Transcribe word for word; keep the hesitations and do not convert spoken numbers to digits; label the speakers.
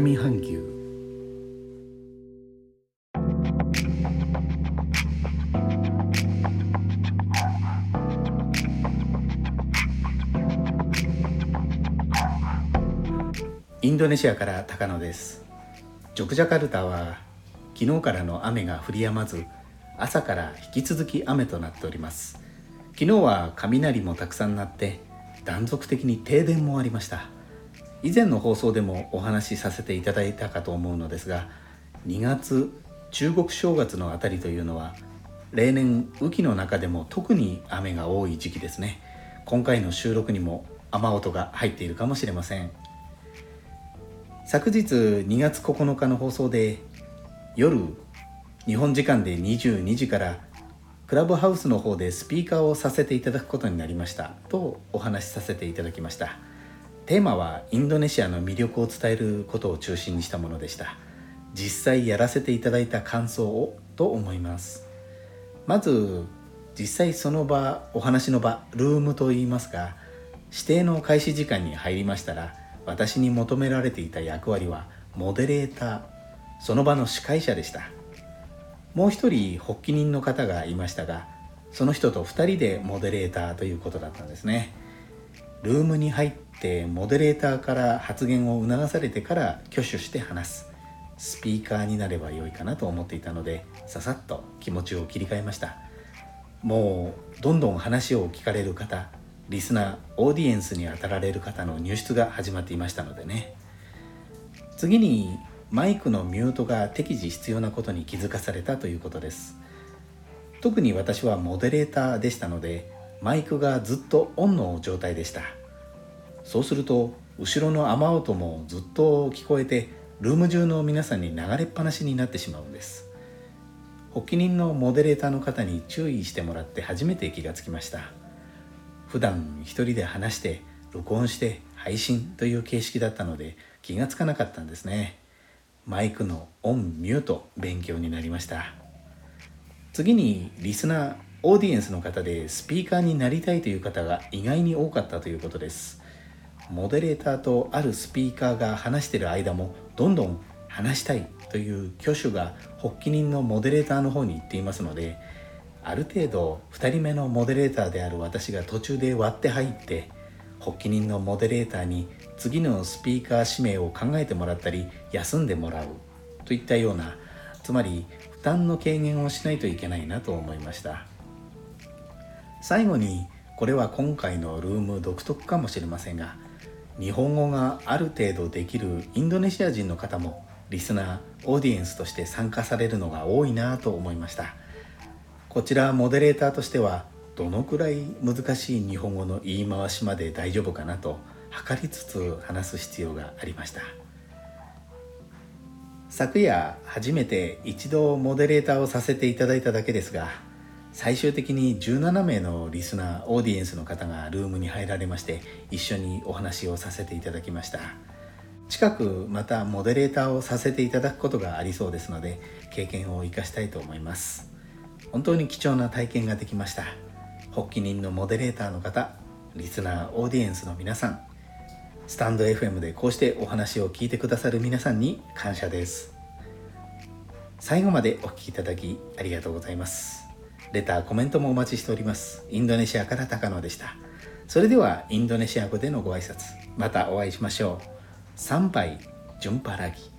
Speaker 1: 南半球。インドネシアから高野です。ジョクジャカルタは昨日からの雨が降り止まず、朝から引き続き雨となっております。昨日は雷もたくさん鳴って断続的に停電もありました。以前の放送でもお話しさせていただいたかと思うのですが、にがつ中国正月のあたりというのは例年雨季の中でも特に雨が多い時期ですね。今回の収録にも雨音が入っているかもしれません。昨日にがつここのかの放送で夜日本時間でにじゅうにじからクラブハウスの方でスピーカーをさせていただくことになりましたとお話しさせていただきました。テーマはインドネシアの魅力を伝えることを中心にしたものでした。実際やらせていただいた感想をと思います。まず実際その場、お話の場、ルームといいますが、指定の開始時間に入りましたら、私に求められていた役割はモデレーター、その場の司会者でした。もう一人発起人の方がいましたが、その人と二人でモデレーターということだったんですね。ルームに入ってモデレーターから発言を促されてから挙手して話すスピーカーになればよいかなと思っていたので、ささっと気持ちを切り替えました。もうどんどん話を聞かれる方、リスナー、オーディエンスに当たられる方の入室が始まっていましたのでね。次にマイクのミュートが適時必要なことに気づかされたということです。特に私はモデレーターでしたので、マイクがずっとオンの状態でした。そうすると後ろの雨音もずっと聞こえて、ルーム中の皆さんに流れっぱなしになってしまうんです。発起人のモデレーターの方に注意してもらって初めて気がつきました。普段一人で話して録音して配信という形式だったので気がつかなかったんですね。マイクのオンミュート、勉強になりました。次にリスナー、オーディエンスの方でスピーカーになりたいという方が意外に多かったということです。モデレーターとあるスピーカーが話している間もどんどん話したいという挙手が発起人のモデレーターの方に行っていますので、ある程度ふたりめのモデレーターである私が途中で割って入って発起人のモデレーターに次のスピーカー指名を考えてもらったり休んでもらうといったような、つまり負担の軽減をしないといけないなと思いました。最後に、これは今回のルーム独特かもしれませんが、日本語がある程度できるインドネシア人の方もリスナー、オーディエンスとして参加されるのが多いなと思いました。こちらモデレーターとしてはどのくらい難しい日本語の言い回しまで大丈夫かなと測りつつ話す必要がありました。昨夜初めて一度モデレーターをさせていただいただけですが、最終的にじゅうななめいのリスナー、オーディエンスの方がルームに入られまして、一緒にお話をさせていただきました。近くまたモデレーターをさせていただくことがありそうですので、経験を生かしたいと思います。本当に貴重な体験ができました。発起人のモデレーターの方、リスナー、オーディエンスの皆さん、スタンド エフエム でこうしてお話を聞いてくださる皆さんに感謝です。最後までお聞きいただきありがとうございます。レター、コメントもお待ちしております。インドネシアから高野でした。それではインドネシア語でのご挨拶、またお会いしましょう。サンバイジュンパラギ。